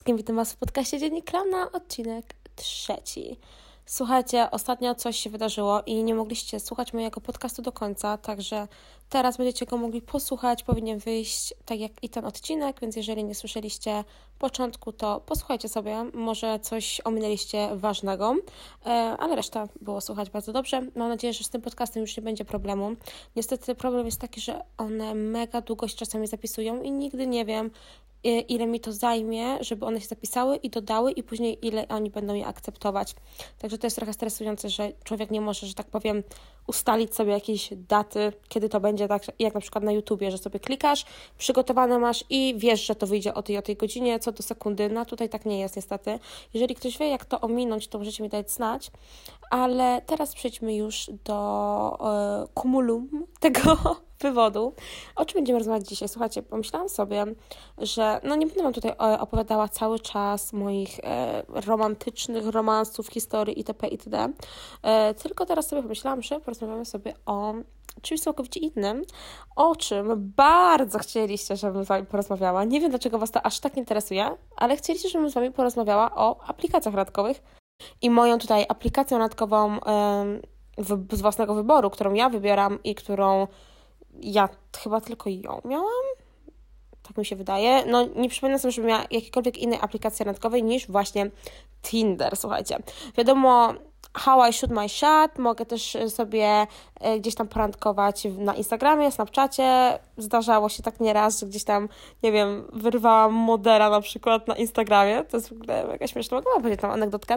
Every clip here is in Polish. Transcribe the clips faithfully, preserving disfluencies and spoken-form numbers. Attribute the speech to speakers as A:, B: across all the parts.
A: Witam Was w podcaście Dziennik Klam na odcinek trzeci. Słuchajcie, ostatnio coś się wydarzyło i nie mogliście słuchać mojego podcastu do końca, także teraz będziecie go mogli posłuchać, powinien wyjść tak jak i ten odcinek, więc jeżeli nie słyszeliście początku, to posłuchajcie sobie, może coś ominęliście ważnego, ale reszta było słuchać bardzo dobrze. Mam nadzieję, że z tym podcastem już nie będzie problemu. Niestety problem jest taki, że one mega długo się czasami zapisują i nigdy nie wiem, ile mi to zajmie, żeby one się zapisały i dodały i później ile oni będą je akceptować. Także to jest trochę stresujące, że człowiek nie może, że tak powiem, ustalić sobie jakieś daty, kiedy to będzie, tak jak na przykład na YouTubie, że sobie klikasz, przygotowane masz i wiesz, że to wyjdzie o tej o tej godzinie, co do sekundy. No tutaj tak nie jest niestety. Jeżeli ktoś wie, jak to ominąć, to możecie mi dać znać. Ale teraz przejdźmy już do e, kumulum tego wywodu. O czym będziemy rozmawiać dzisiaj? Słuchajcie, pomyślałam sobie, że no nie będę wam tutaj opowiadała cały czas moich e, romantycznych romansów, historii itp. itd. E, tylko teraz sobie pomyślałam, że porozmawiamy sobie o czymś całkowicie innym, o czym bardzo chcieliście, żebym z wami porozmawiała. Nie wiem, dlaczego was to aż tak interesuje, ale chcieliście, żebym z wami porozmawiała o aplikacjach randkowych i moją tutaj aplikacją randkową e, w, z własnego wyboru, którą ja wybieram i którą ja chyba tylko ją miałam. Tak mi się wydaje. No nie przypominam sobie, żebym miała jakiejkolwiek innej aplikacji randkowej niż właśnie Tinder, słuchajcie. Wiadomo, how I shoot my shot, mogę też sobie gdzieś tam porandkować na Instagramie, Snapchacie. Zdarzało się tak nieraz, że gdzieś tam, nie wiem, wyrwałam modela na przykład na Instagramie. To jest w ogóle jakaś śmieszna, mogę wam powiedzieć tam anegdotkę.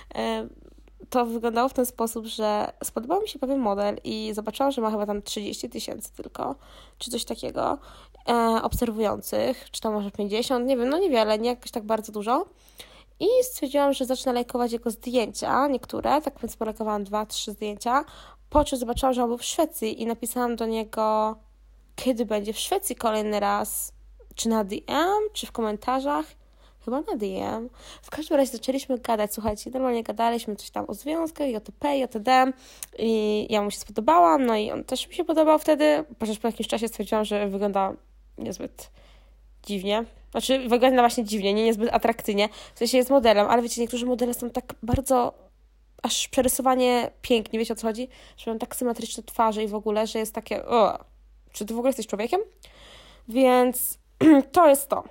A: To wyglądało w ten sposób, że spodobał mi się pewien model i zobaczyłam, że ma chyba tam trzydzieści tysięcy tylko, czy coś takiego, e, obserwujących, czy tam może pięćdziesiąt, nie wiem, no niewiele, nie jakoś tak bardzo dużo. I stwierdziłam, że zacznę lajkować jego zdjęcia, niektóre, tak więc polajkowałam dwa, trzy zdjęcia, po czym zobaczyłam, że on był w Szwecji i napisałam do niego, kiedy będzie w Szwecji kolejny raz, czy na D M, czy w komentarzach. Chyba na D M. W każdym razie zaczęliśmy gadać, słuchajcie, normalnie gadaliśmy coś tam o związkach, itp., itd. I ja mu się spodobałam, no i on też mi się podobał wtedy, chociaż po jakimś czasie stwierdziłam, że wygląda niezbyt dziwnie. Znaczy, wygląda właśnie dziwnie, nie niezbyt atrakcyjnie. W sensie jest modelem, ale wiecie, niektórzy modele są tak bardzo aż przerysowanie pięknie, wiecie o co chodzi? Że mają tak symetryczne twarze i w ogóle, że jest takie, o, czy ty w ogóle jesteś człowiekiem? Więc to jest to.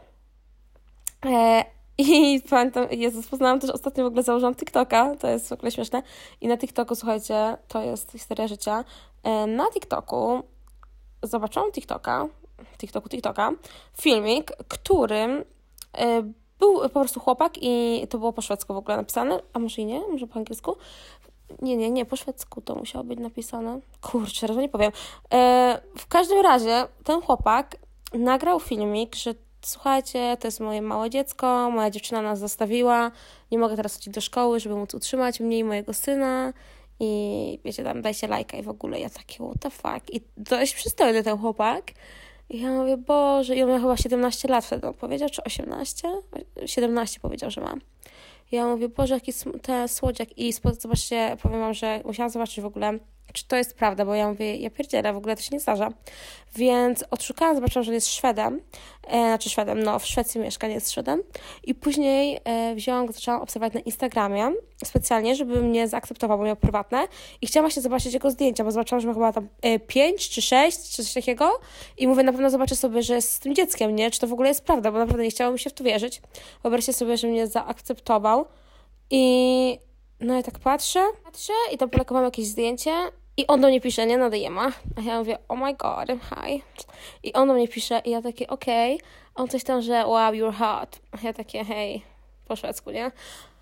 A: I pamiętam, Jezus, poznałam też ostatnio w ogóle założyłam TikToka, to jest w ogóle śmieszne. I na TikToku, słuchajcie, to jest historia życia. Na TikToku zobaczyłam TikToka, TikToku, TikToka, filmik, którym był po prostu chłopak i to było po szwedzku w ogóle napisane, a może i nie, może po angielsku? Nie, nie, nie, po szwedzku to musiało być napisane. Kurczę, teraz nie powiem. W każdym razie ten chłopak nagrał filmik, że słuchajcie, to jest moje małe dziecko, moja dziewczyna nas zostawiła, nie mogę teraz chodzić do szkoły, żeby móc utrzymać mnie i mojego syna i wiecie, tam dajcie lajka i w ogóle ja takie what the fuck i dość przystojny ten chłopak i ja mówię, Boże, i on miał chyba siedemnaście lat wtedy, on powiedział, czy osiemnaście? siedemnaście powiedział, że ma. Ja mówię, Boże, jaki ten słodziak i zobaczcie, powiem wam, że musiałam zobaczyć w ogóle, czy to jest prawda, bo ja mówię, ja pierdzielę, w ogóle to się nie zdarza. Więc odszukałam, zobaczyłam, że jest Szwedem, e, znaczy Szwedem, no w Szwecji mieszka, nie jest Szwedem. I później e, wzięłam go, zaczęłam obserwować na Instagramie specjalnie, żeby mnie zaakceptował, bo miał prywatne. I chciałam właśnie zobaczyć jego zdjęcia, bo zobaczyłam, że ma chyba tam e, pięć czy sześć, czy coś takiego. I mówię, na pewno zobaczę sobie, że jest z tym dzieckiem, nie? Czy to w ogóle jest prawda, bo naprawdę nie chciało mi się w to wierzyć. Wyobraźcie sobie, że mnie zaakceptował. I no i tak patrzę, patrzę i tam polekowałam jakieś zdjęcie i on do mnie pisze, nie, na D M-a. A ja mówię, oh my god, hi. I on do mnie pisze i ja takie, okej. Okay. On coś tam, że wow, you're hot. A ja takie, hej, po szwedzku, nie?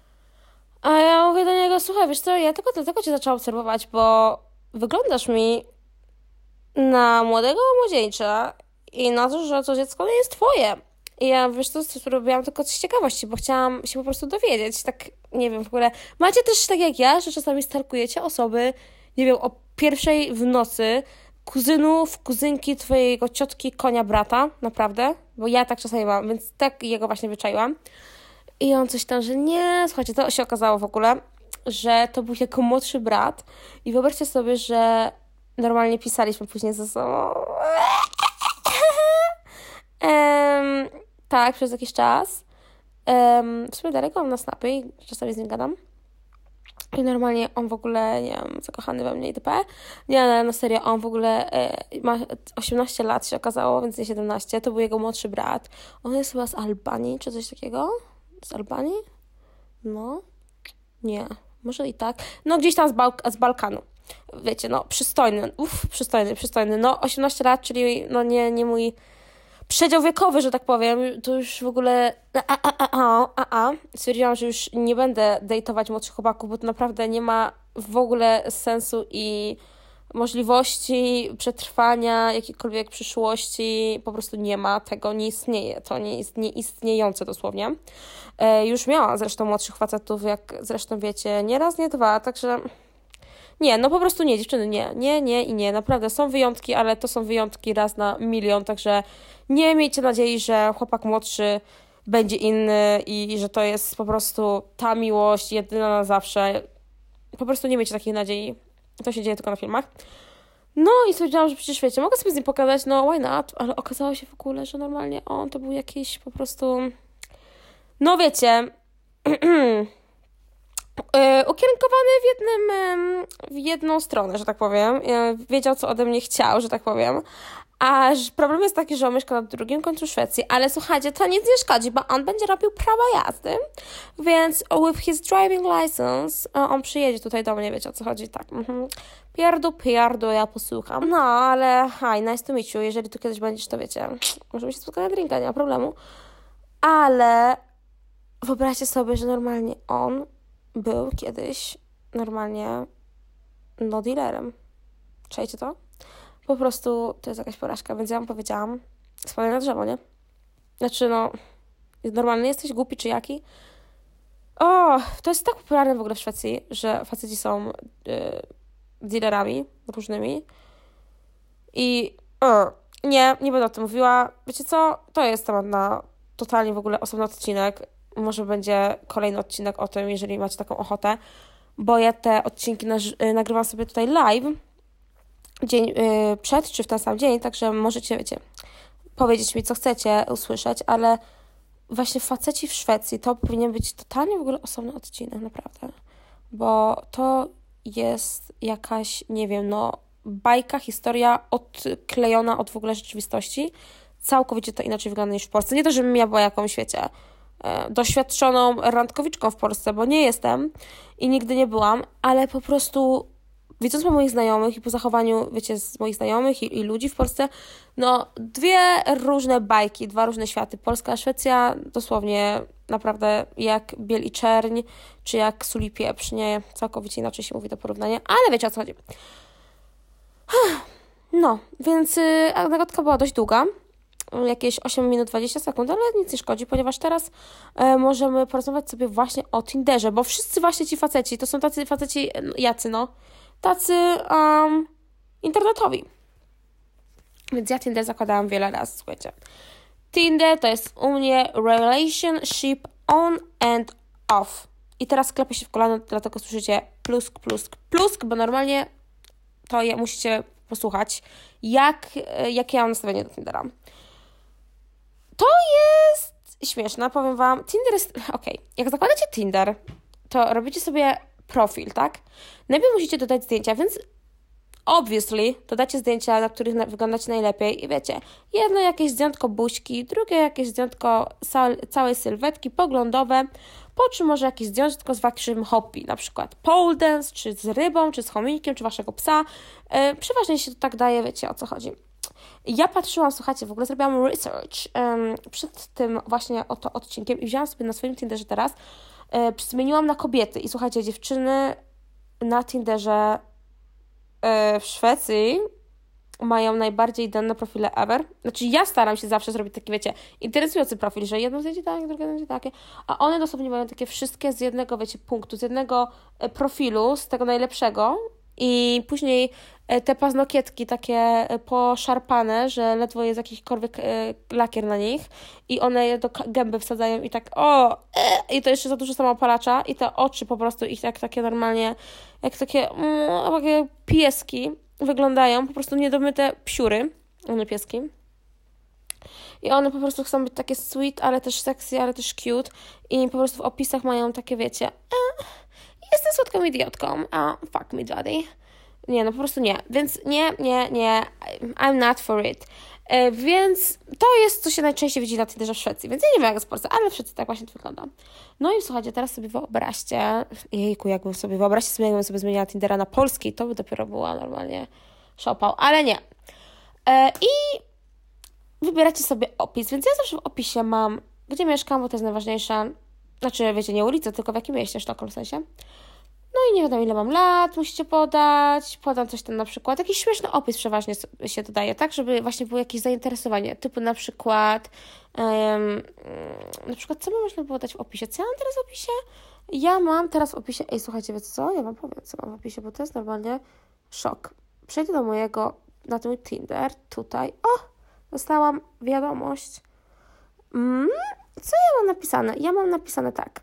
A: A ja mówię do niego, słuchaj, wiesz co, ja tylko dlatego cię zaczęłam obserwować, bo wyglądasz mi na młodego młodzieńca i na to, że to dziecko nie jest twoje. I ja, wiesz co, robiłam tylko z ciekawości, bo chciałam się po prostu dowiedzieć, tak, nie wiem, w ogóle. Macie też tak jak ja, że czasami stalkujecie osoby, nie wiem, o pierwszej w nocy, kuzynów, kuzynki twojego ciotki, konia, brata, naprawdę, bo ja tak czasami mam, więc tak jego właśnie wyczaiłam. I on coś tam, że nie, słuchajcie, to się okazało w ogóle, że to był jego młodszy brat i wyobraźcie sobie, że normalnie pisaliśmy później ze sobą. um, tak, przez jakiś czas. Um, w sumie Darek mam na snapie i czasami z nim gadam. I normalnie on w ogóle, nie wiem, zakochany we mnie itp. Nie, ale na serio, on w ogóle e, ma osiemnaście lat się okazało, więc nie siedemnaście. To był jego młodszy brat. On jest chyba z Albanii, czy coś takiego? Z Albanii? No. Nie. Może i tak. No gdzieś tam z, Bałk- z Balkanu. Wiecie, no przystojny. Uff, przystojny, przystojny. No osiemnaście lat, czyli no nie, nie mój przedział wiekowy, że tak powiem. To już w ogóle a, a, a, a, a, a. Stwierdziłam, że już nie będę dejtować młodszych chłopaków, bo to naprawdę nie ma w ogóle sensu i możliwości przetrwania jakiejkolwiek przyszłości. Po prostu nie ma tego, nie istnieje. To nie jest nieistniejące dosłownie. E, już miałam zresztą młodszych facetów, jak zresztą wiecie, nie raz, nie dwa, także nie, no po prostu nie, dziewczyny, nie, nie, nie i nie. Naprawdę są wyjątki, ale to są wyjątki raz na milion, także nie miejcie nadziei, że chłopak młodszy będzie inny i, i że to jest po prostu ta miłość jedyna na zawsze. Po prostu nie miejcie takiej nadziei. To się dzieje tylko na filmach. No i stwierdziłam, że przecież wiecie, mogę sobie z nim pokazać, no why not, ale okazało się w ogóle, że normalnie on to był jakiś po prostu, no wiecie, ukierunkowany w jednym, w jedną stronę, że tak powiem. Wiedział, co ode mnie chciał, że tak powiem. A problem jest taki, że on mieszka na drugim końcu Szwecji, ale słuchajcie, to nic nie szkodzi, bo on będzie robił prawo jazdy, więc with his driving license on przyjedzie tutaj do mnie, wiecie o co chodzi, tak. Mhm. Pierdu, pierdu, ja posłucham. No, ale hi, nice to meet you, jeżeli tu kiedyś będziesz, to wiecie, możemy się spotkać na drinka, nie ma problemu. Ale wyobraźcie sobie, że normalnie on był kiedyś normalnie no dealerem. Czajcie to? Po prostu to jest jakaś porażka, więc ja mu powiedziałam, spadaj na drzewo, nie? Znaczy, no, normalny jesteś, głupi czy jaki? O, to jest tak popularne w ogóle w Szwecji, że faceci są y, dealerami różnymi i o, nie, nie będę o tym mówiła. Wiecie co? To jest temat na totalnie w ogóle osobny odcinek. Może będzie kolejny odcinek o tym, jeżeli macie taką ochotę, bo ja te odcinki naż- nagrywam sobie tutaj live dzień yy, przed, czy w ten sam dzień, także możecie, wiecie, powiedzieć mi, co chcecie usłyszeć, ale właśnie faceci w Szwecji to powinien być totalnie w ogóle osobny odcinek, naprawdę, bo to jest jakaś, nie wiem, no bajka, historia odklejona od w ogóle rzeczywistości, całkowicie to inaczej wygląda niż w Polsce. Nie to, żebym ja była jakąś, wiecie, doświadczoną randkowiczką w Polsce, bo nie jestem i nigdy nie byłam, ale po prostu widząc po moich znajomych i po zachowaniu, wiecie, z moich znajomych i, i ludzi w Polsce, no dwie różne bajki, dwa różne światy. Polska a Szwecja dosłownie naprawdę jak biel i czerń, czy jak sól i pieprz, nie, całkowicie inaczej się mówi to porównanie, ale wiecie o co chodzi. No, więc yy, anegdotka była dość długa. Jakieś osiem minut dwadzieścia sekund, ale nic nie szkodzi, ponieważ teraz e, możemy porozmawiać sobie właśnie o Tinderze, bo wszyscy właśnie ci faceci, to są tacy faceci, jacy no, tacy um, internetowi. Więc ja Tinder zakładałam wiele razy, słuchajcie. Tinder to jest u mnie relationship on and off. I teraz sklepię się w kolano, dlatego słyszycie plusk, plusk, plusk, bo normalnie to je, musicie posłuchać, jak, jakie ja mam nastawienie do Tindera. To jest śmieszne, powiem wam. Tinder jest... Okej, okay. Jak zakładacie Tinder, to robicie sobie profil, tak? Najpierw musicie dodać zdjęcia, więc obviously dodacie zdjęcia, na których wyglądacie najlepiej i wiecie, jedno jakieś zdjętko buźki, drugie jakieś zdjętko całej sylwetki, poglądowe, po czym może jakieś zdjętko z waszym hobby, na przykład pole dance, czy z rybą, czy z chomikiem, czy waszego psa. Yy, przeważnie się to tak daje, wiecie o co chodzi. Ja patrzyłam, słuchajcie, w ogóle zrobiłam research um, przed tym właśnie oto odcinkiem i wzięłam sobie na swoim Tinderze teraz, e, zmieniłam na kobiety i słuchajcie, dziewczyny na Tinderze e, w Szwecji mają najbardziej dane profile ever. Znaczy ja staram się zawsze zrobić taki, wiecie, interesujący profil, że jedno zdjęcie takie, drugie zdjęcie takie, a one dosłownie mają takie wszystkie z jednego, wiecie, punktu, z jednego profilu, z tego najlepszego. I później te paznokietki takie poszarpane, że ledwo jest jakikolwiek lakier na nich i one je do gęby wsadzają i tak o, e, i to jeszcze za dużo samoopalacza i te oczy po prostu ich jak takie normalnie, jak takie, mm, takie pieski wyglądają, po prostu niedomyte psiury, one pieski. I one po prostu chcą być takie sweet, ale też sexy, ale też cute. I po prostu w opisach mają takie, wiecie, e, jestem słodką idiotką, a fuck me daddy. Nie, no po prostu nie. Więc nie, nie, nie, I'm not for it. E, więc to jest, co się najczęściej widzi na Tinderze w Szwecji. Więc ja nie wiem, jak jest w Polsce, ale w Szwecji tak właśnie to wygląda. No i słuchajcie, teraz sobie wyobraźcie, jejku, jakbym sobie, wyobraźcie sobie, jakbym sobie zmieniła Tindera na polski, to by dopiero była normalnie szopał, ale nie. E, I wybieracie sobie opis, więc ja zawsze w opisie mam, gdzie mieszkam, bo to jest najważniejsze. Znaczy, wiecie, nie ulicę, tylko w jakim mieście, Sztokholm w sensie. No i nie wiadomo, ile mam lat, musicie podać. Podam coś tam na przykład. Jakiś śmieszny opis przeważnie się dodaje, tak? Żeby właśnie było jakieś zainteresowanie. Typu na przykład, um, na przykład, co by można było dać w opisie? Co ja mam teraz w opisie? Ja mam teraz w opisie, ej, słuchajcie, wiecie co? Ja wam powiem, co mam w opisie, bo to jest normalnie szok. Przejdę do mojego, na ten Tinder, tutaj, o, dostałam wiadomość. Mm, co ja mam napisane? Ja mam napisane tak.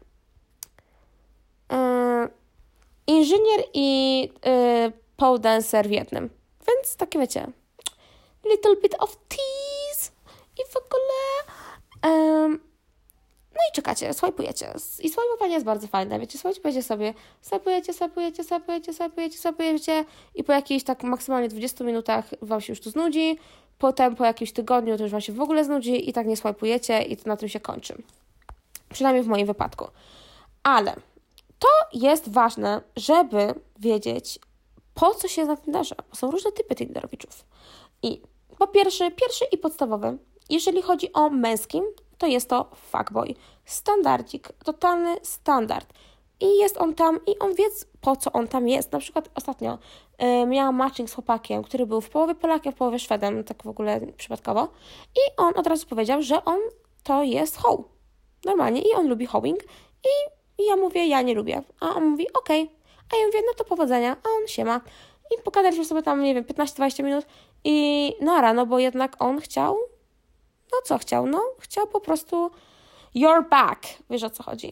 A: Yy, inżynier i yy, pole dancer w jednym. Więc takie wiecie, little bit of tease i w ogóle. Yy, no i czekacie, swajpujecie. I swajpowanie jest bardzo fajne. Wiecie, swajpujecie sobie, swajpujecie, swajpujecie, swajpujecie, swajpujecie, swajpujecie i po jakichś tak maksymalnie dwudziestu minutach wam się już tu znudzi. Potem po jakimś tygodniu to już wam się w ogóle znudzi i tak nie swajpujecie i to na tym się kończy. Przynajmniej w moim wypadku. Ale to jest ważne, żeby wiedzieć, po co się na Tinderze, bo są różne typy Tinderowiczów. I po pierwsze, pierwszy i podstawowy, jeżeli chodzi o męskim, to jest to fuckboy. Standardzik, totalny standard. I jest on tam i on wie, po co on tam jest. Na przykład ostatnio y, miałam matching z chłopakiem, który był w połowie Polakiem, w połowie Szwedem, tak w ogóle przypadkowo. I on od razu powiedział, że on to jest hoe. Normalnie. I on lubi hoeing. I, I ja mówię, ja nie lubię. A on mówi, okej. Okay. A ja mówię, no to powodzenia. A on siema. I pogadaliśmy sobie tam, nie wiem, piętnaście dwadzieścia minut. I no rano, bo jednak on chciał, no co chciał? No chciał po prostu your back. Wiesz, o co chodzi.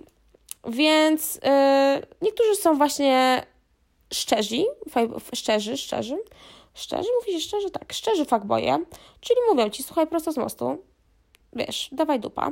A: Więc yy, niektórzy są właśnie szczerzy, szczerzy, szczerzy, szczerzy, mówi się szczerze, tak, szczerzy fuckboye, czyli mówią ci, słuchaj, prosto z mostu, wiesz, dawaj dupa.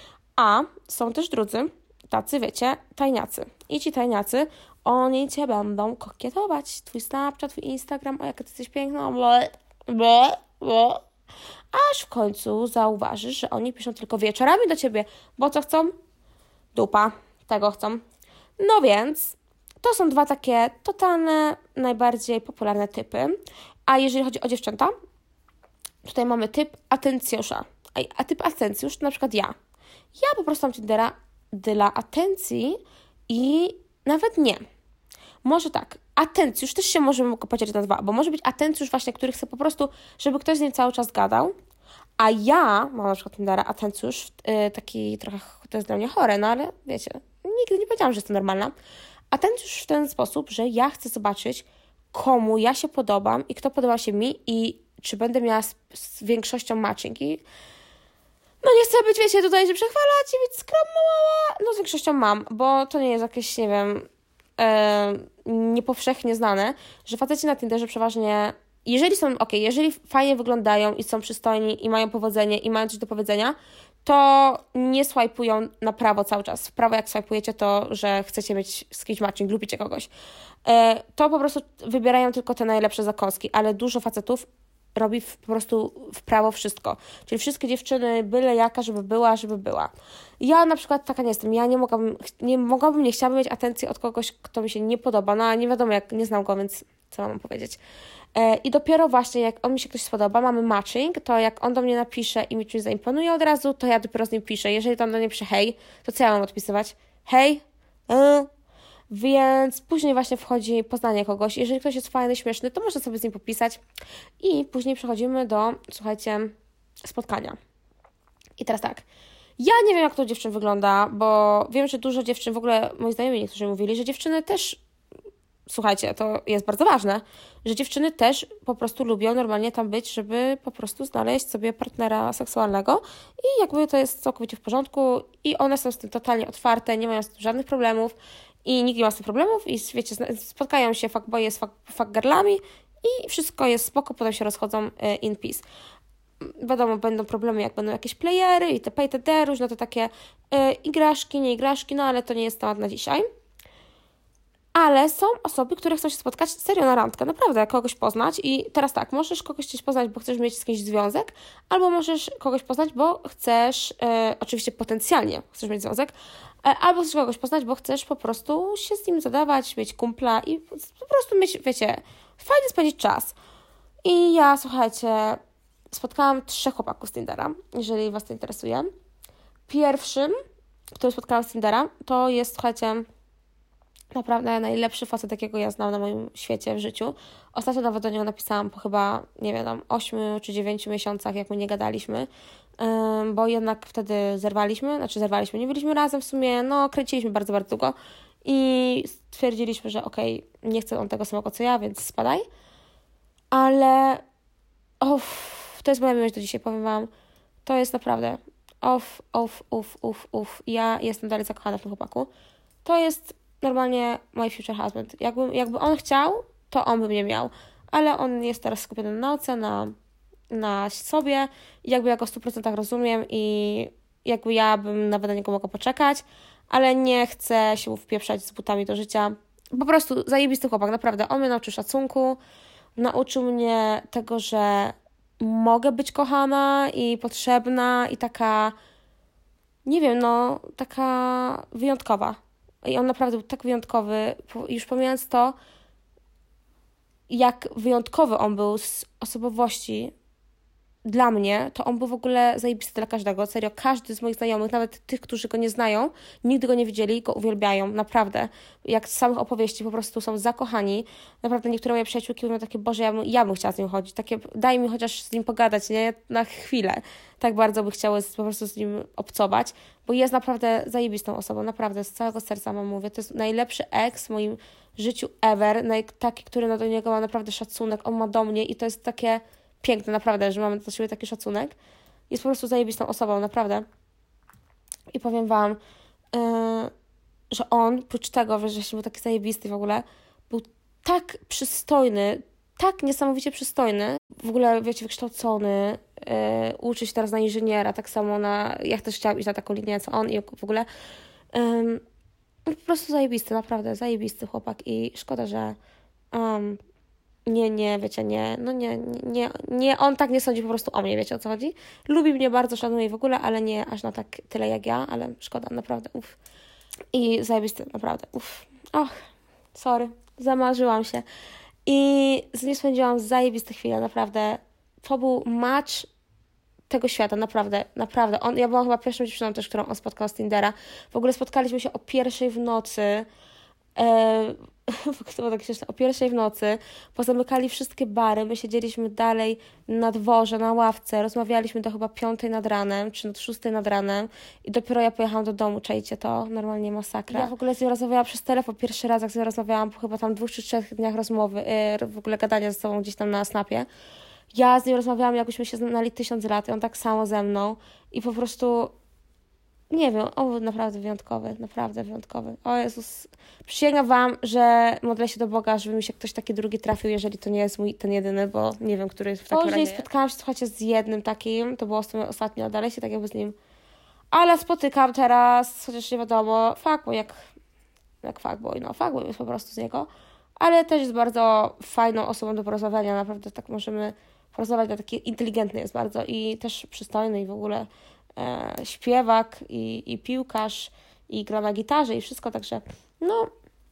A: A są też drudzy, tacy, wiecie, tajniacy. I ci tajniacy, oni cię będą kokietować. Twój Snapchat, twój Instagram, o jaka ty jesteś piękna, ble, ble, ble. Aż w końcu zauważysz, że oni piszą tylko wieczorami do ciebie, bo co chcą? Dupa. Tego chcą. No więc to są dwa takie totalne, najbardziej popularne typy. A jeżeli chodzi o dziewczęta, tutaj mamy typ atencjusza. A, a typ atencjusz to na przykład ja. Ja po prostu mam Tindera dla atencji i nawet nie. Może tak, atencjusz też się możemy podzielić na dwa, bo może być atencjusz właśnie, który chce po prostu, żeby ktoś z nim cały czas gadał, a ja mam na przykład Tindera atencjusz, yy, taki trochę, to jest dla mnie chore, no ale wiecie, nigdy nie powiedziałam, że jestem normalna. Atencjusz w ten sposób, że ja chcę zobaczyć, komu ja się podobam i kto podoba się mi i czy będę miała z, z większością matching. I no nie chcę być, wiecie, tutaj się przechwalać i być skromna mała. No z większością mam, bo to nie jest jakieś, nie wiem, e, niepowszechnie znane, że faceci na Tinderze przeważnie, jeżeli są, ok, jeżeli fajnie wyglądają i są przystojni i mają powodzenie i mają coś do powiedzenia, to nie swajpują na prawo cały czas. W prawo jak swajpujecie to, że chcecie mieć z kimś matching, lubicie kogoś. E, to po prostu wybierają tylko te najlepsze zakąski, ale dużo facetów robi w, po prostu w prawo wszystko. Czyli wszystkie dziewczyny, byle jaka, żeby była, żeby była. Ja na przykład taka nie jestem. Ja nie mogłabym, nie mogłabym, nie chciałabym mieć atencji od kogoś, kto mi się nie podoba. No a nie wiadomo, jak nie znam go, więc co mam powiedzieć. E, I dopiero właśnie, jak on mi się ktoś spodoba, mamy matching, to jak on do mnie napisze i mi czymś zaimponuje od razu, to ja dopiero z nim piszę. Jeżeli tam do mnie pisze hej, to co ja mam odpisywać? Hej? Yy. Więc później właśnie wchodzi poznanie kogoś. Jeżeli ktoś jest fajny, śmieszny, to można sobie z nim popisać. I później przechodzimy do, słuchajcie, spotkania. I teraz tak. Ja nie wiem, jak to dziewczyn wygląda, bo wiem, że dużo dziewczyn, w ogóle moi znajomi niektórzy mówili, że dziewczyny też, słuchajcie, to jest bardzo ważne, że dziewczyny też po prostu lubią normalnie tam być, żeby po prostu znaleźć sobie partnera seksualnego i jakby to jest całkowicie w porządku i one są z tym totalnie otwarte, nie mają z tym żadnych problemów i nikt nie ma z tym problemów i wiecie, spotkają się fuckboye z fuck, fuckgirlami i wszystko jest spoko, potem się rozchodzą in peace. wiadomo, będą problemy, jak będą jakieś playery itp. itd. Różne to takie y, igraszki, nie igraszki, no ale to nie jest temat na dzisiaj. Ale są osoby, które chcą się spotkać serio na randkę, naprawdę naprawdę kogoś poznać i teraz tak, możesz kogoś chcieć poznać, bo chcesz mieć z kimś związek, albo możesz kogoś poznać, bo chcesz, e, oczywiście potencjalnie chcesz mieć związek, e, albo chcesz kogoś poznać, bo chcesz po prostu się z nim zadawać, mieć kumpla i po prostu mieć, wiecie, fajnie spędzić czas. I ja, słuchajcie, spotkałam trzech chłopaków z Tindera, jeżeli Was to interesuje. Pierwszym, który spotkałam z Tindera, to jest, słuchajcie, naprawdę najlepszy facet, jakiego ja znam na moim świecie w życiu. Ostatnio nawet do niego napisałam po chyba, nie wiem, tam ośmiu czy dziewięciu miesiącach, jak my nie gadaliśmy, um, bo jednak wtedy zerwaliśmy, znaczy zerwaliśmy, nie byliśmy razem w sumie, no kręciliśmy bardzo, bardzo długo i stwierdziliśmy, że okej, okay, nie chce on tego samego co ja, więc spadaj. Ale off, to jest moja miłość do dzisiaj, powiem Wam, to jest naprawdę off, off, uff, uff, uff. Ja jestem dalej zakochana w tym chłopaku. To jest normalnie my future husband. Jakby, jakby on chciał, to on by mnie miał. Ale on jest teraz skupiony na nauce, na, na sobie. I jakby ja go w stu procentach rozumiem i jakby ja bym nawet na niego mogła poczekać, ale nie chcę się wpieprzać z butami do życia. Po prostu zajebisty chłopak, naprawdę. On mnie nauczył szacunku, nauczył mnie tego, że mogę być kochana i potrzebna i taka, nie wiem, no, taka wyjątkowa. I on naprawdę był tak wyjątkowy, już pomijając to, jak wyjątkowy on był z osobowości dla mnie, to on był w ogóle zajebisty dla każdego. Serio, każdy z moich znajomych, nawet tych, którzy go nie znają, nigdy go nie widzieli, go uwielbiają, naprawdę. Jak z samych opowieści po prostu są zakochani. Naprawdę niektóre moje przyjaciółki mówią takie, Boże, ja bym, ja bym chciała z nim chodzić. Takie, daj mi chociaż z nim pogadać, nie? Na chwilę. Tak bardzo by chciały po prostu z nim obcować, bo jest naprawdę zajebistą osobą, naprawdę, z całego serca wam mówię. To jest najlepszy ex w moim życiu ever, taki, który no do niego ma naprawdę szacunek, on ma do mnie i to jest takie piękne, naprawdę, że mamy do siebie taki szacunek. Jest po prostu zajebistą osobą, naprawdę. I powiem wam, yy, że on, oprócz tego, że był taki zajebisty w ogóle, był tak przystojny, tak niesamowicie przystojny, w ogóle, wiecie, wykształcony, yy, uczy się teraz na inżyniera, tak samo na, ja też chciałam iść na taką linię, co on i w ogóle. Yy, po prostu zajebisty, naprawdę, zajebisty chłopak i szkoda, że um, nie, nie, wiecie, nie, no nie, nie, nie, on tak nie sądzi po prostu o mnie, wiecie, o co chodzi. Lubi mnie bardzo, szanuje w ogóle, ale nie aż na tak tyle jak ja, ale szkoda, naprawdę, uff. I zajebisty, naprawdę, uff. Och, sorry, zamarzyłam się. I z nim spędziłam zajebiste chwile, naprawdę. To był match tego świata, naprawdę, naprawdę. On, ja byłam chyba pierwszą dziewczyną też, którą on spotkał z Tindera. W ogóle spotkaliśmy się o pierwszej w nocy, e, to było tak śmieszne, o pierwszej w nocy, pozamykali wszystkie bary, my siedzieliśmy dalej na dworze, na ławce, rozmawialiśmy do chyba piątej nad ranem, czy nad szóstej nad ranem i dopiero ja pojechałam do domu, czajcie to, normalnie masakra. Ja w ogóle z nią rozmawiałam przez telefon pierwszy raz, jak z nią rozmawiałam po chyba tam dwóch czy trzech dniach rozmowy, yy, w ogóle gadania ze sobą gdzieś tam na Snapie. Ja z nią rozmawiałam, jakbyśmy się znali tysiąc lat i on tak samo ze mną i po prostu nie wiem, on był naprawdę wyjątkowy, naprawdę wyjątkowy. O Jezus, przysięgam wam, że modlę się do Boga, żeby mi się ktoś taki drugi trafił, jeżeli to nie jest mój ten jedyny, bo nie wiem, który jest w takim razie. Spotkałam się, słuchajcie, z jednym takim, to było ostatnio, dalej się tak jakby z nim, ale spotykam teraz, chociaż nie wiadomo, fuckboy, jak, jak fuckboy, no fuckboy jest po prostu z niego, ale też jest bardzo fajną osobą do porozmawiania, naprawdę tak możemy porozmawiać, bo taki inteligentny jest bardzo i też przystojny i w ogóle e, śpiewak i, i piłkarz i gra na gitarze i wszystko, także no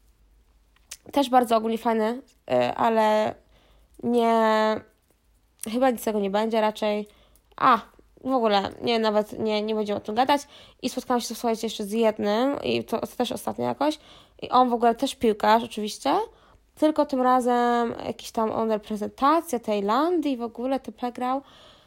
A: też bardzo ogólnie fajny, e, ale nie, chyba nic z tego nie będzie raczej, a w ogóle nie, nawet nie, nie będziemy o tym gadać i spotkałam się, słuchajcie, jeszcze z jednym i to, to też ostatnio jakoś i on w ogóle też piłkarz oczywiście, tylko tym razem jakiś tam on reprezentacja Tajlandii w ogóle typę grał.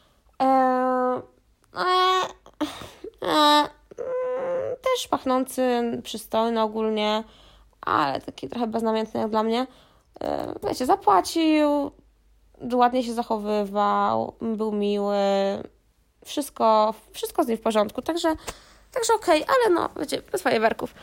A: Eee, e, e, też pachnący, przystojny ogólnie, ale taki trochę beznamiętny jak dla mnie. E, wiecie, zapłacił, ładnie się zachowywał, był miły, wszystko, wszystko z nim w porządku, także, także okej, okay, ale no, wiecie, bez fajerwerków.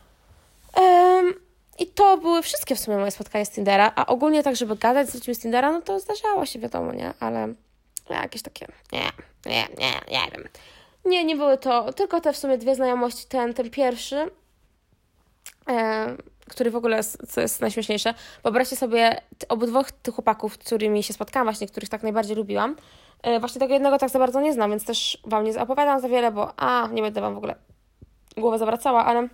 A: Eee, I to były wszystkie w sumie moje spotkania z Tindera, a ogólnie tak, żeby gadać z ludźmi z Tindera, no to zdarzało się, wiadomo, nie? Ale jakieś takie, nie, nie, nie, nie wiem. Nie, nie były to, tylko te w sumie dwie znajomości, ten, ten pierwszy, e, który w ogóle, co jest najśmieszniejsze, wyobraźcie sobie obydwóch tych chłopaków, z którymi się spotkałam właśnie, których tak najbardziej lubiłam. E, właśnie tego jednego tak za bardzo nie znam, więc też wam nie opowiadam za wiele, bo a, nie będę wam w ogóle głowę zawracała, ale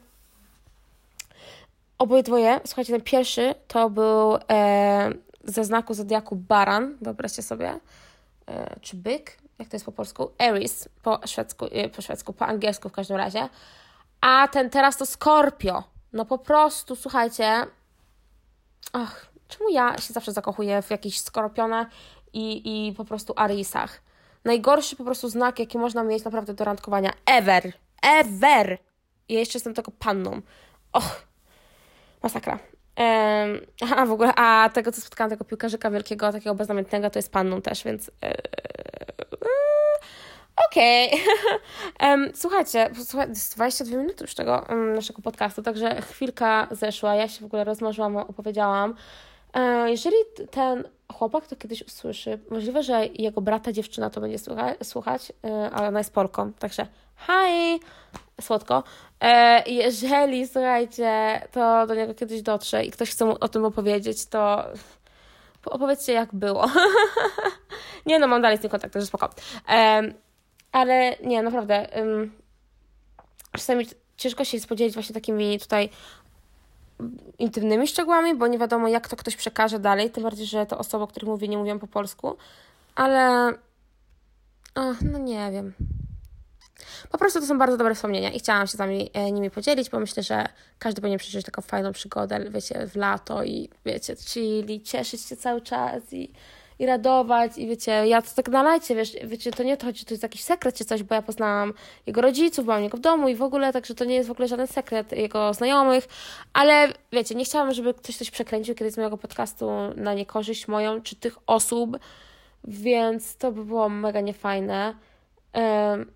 A: obydwoje, słuchajcie, ten pierwszy to był e, ze znaku zodiaku baran, wyobraźcie sobie, e, czy byk, jak to jest po polsku, Aries, po szwedzku, e, po szwedzku, po angielsku w każdym razie, a ten teraz to Skorpio. No po prostu, słuchajcie, ach, czemu ja się zawsze zakochuję w jakichś skorpionach i, i po prostu Ariesach? Najgorszy po prostu znak, jaki można mieć naprawdę do randkowania. Ever. Ever. Ja jeszcze jestem tylko panną. Och, masakra. Um, a w ogóle, a tego, co spotkałam, tego piłkarzyka wielkiego, takiego beznamiętnego, to jest panną też, więc... Yy, Okej. Okay. um, słuchajcie, słuchaj, jest dwadzieścia dwie minuty już tego um, naszego podcastu, także chwilka zeszła, ja się w ogóle rozmarzyłam, opowiedziałam. E, jeżeli ten chłopak to kiedyś usłyszy, możliwe, że jego brata dziewczyna to będzie słucha- słuchać, e, ale ona jest Polką, także hi, słodko. E, jeżeli, słuchajcie, to do niego kiedyś dotrze i ktoś chce mu o tym opowiedzieć, to opowiedzcie, jak było. Nie no, mam dalej z nim kontakt, także spoko. E, ale nie, naprawdę, um, czasami ciężko się podzielić właśnie takimi tutaj intymnymi szczegółami, bo nie wiadomo, jak to ktoś przekaże dalej, tym bardziej, że to osoby, o których mówię, nie mówią po polsku, ale ach, no nie wiem. Po prostu to są bardzo dobre wspomnienia i chciałam się z wami e, nimi podzielić, bo myślę, że każdy powinien przeżyć taką fajną przygodę, wiecie, w lato i wiecie, chilli, cieszyć się cały czas i i radować i wiecie, ja to tak na lajcie, wiesz, wiecie, to nie to chodzi, to jest jakiś sekret czy coś, bo ja poznałam jego rodziców, byłam u niego w domu i w ogóle, także to nie jest w ogóle żaden sekret jego znajomych, ale wiecie, nie chciałam, żeby ktoś coś przekręcił kiedyś z mojego podcastu na niekorzyść moją, czy tych osób, więc to by było mega niefajne. Um,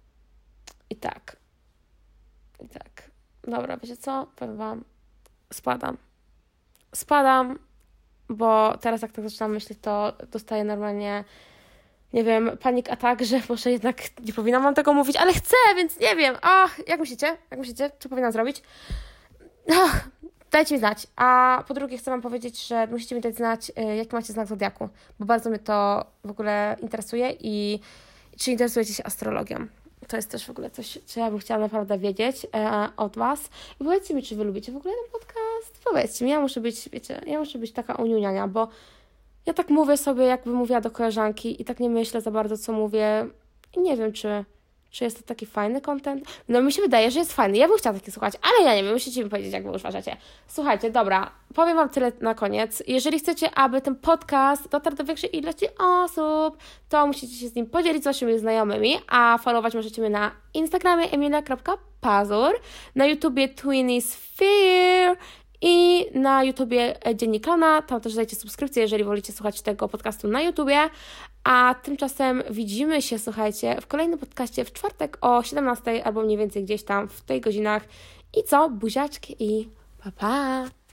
A: I tak. I tak. Dobra, wiecie co? Powiem wam, spadam. Spadam, bo teraz jak tak zaczynam myśleć, to dostaję normalnie, nie wiem, panic attack, że może jednak nie powinnam wam tego mówić, ale chcę, więc nie wiem. Ach, jak myślicie? Jak myślicie? Co powinnam zrobić? Ach, dajcie mi znać. A po drugie chcę wam powiedzieć, że musicie mi dać znać, jaki macie znak zodiaku, bo bardzo mnie to w ogóle interesuje i czy interesujecie się astrologią. To jest też w ogóle coś, co ja bym chciała naprawdę wiedzieć e, od was. I powiedzcie mi, czy wy lubicie w ogóle ten podcast? Powiedzcie mi, ja muszę być, wiecie, ja muszę być taka uniuniania, bo ja tak mówię sobie, jakbym mówiła do koleżanki i tak nie myślę za bardzo, co mówię. I nie wiem, czy, czy jest to taki fajny content. No mi się wydaje, że jest fajny. Ja bym chciała taki słuchać, ale ja nie wiem, musicie mi powiedzieć, jak wy uważacie. Słuchajcie, dobra, powiem wam tyle na koniec. Jeżeli chcecie, aby ten podcast dotarł do większej ilości osób, to musicie się z nim podzielić z waszymi znajomymi, a followować możecie mnie na Instagramie emilia kropka pazur, na YouTubie Twinisphere i na YouTubie Dziennik Klauna. Tam też dajcie subskrypcję, jeżeli wolicie słuchać tego podcastu na YouTubie. A tymczasem widzimy się, słuchajcie, w kolejnym podcaście w czwartek o siedemnastej albo mniej więcej gdzieś tam w tej godzinach. I co? Buziaczki i pa pa!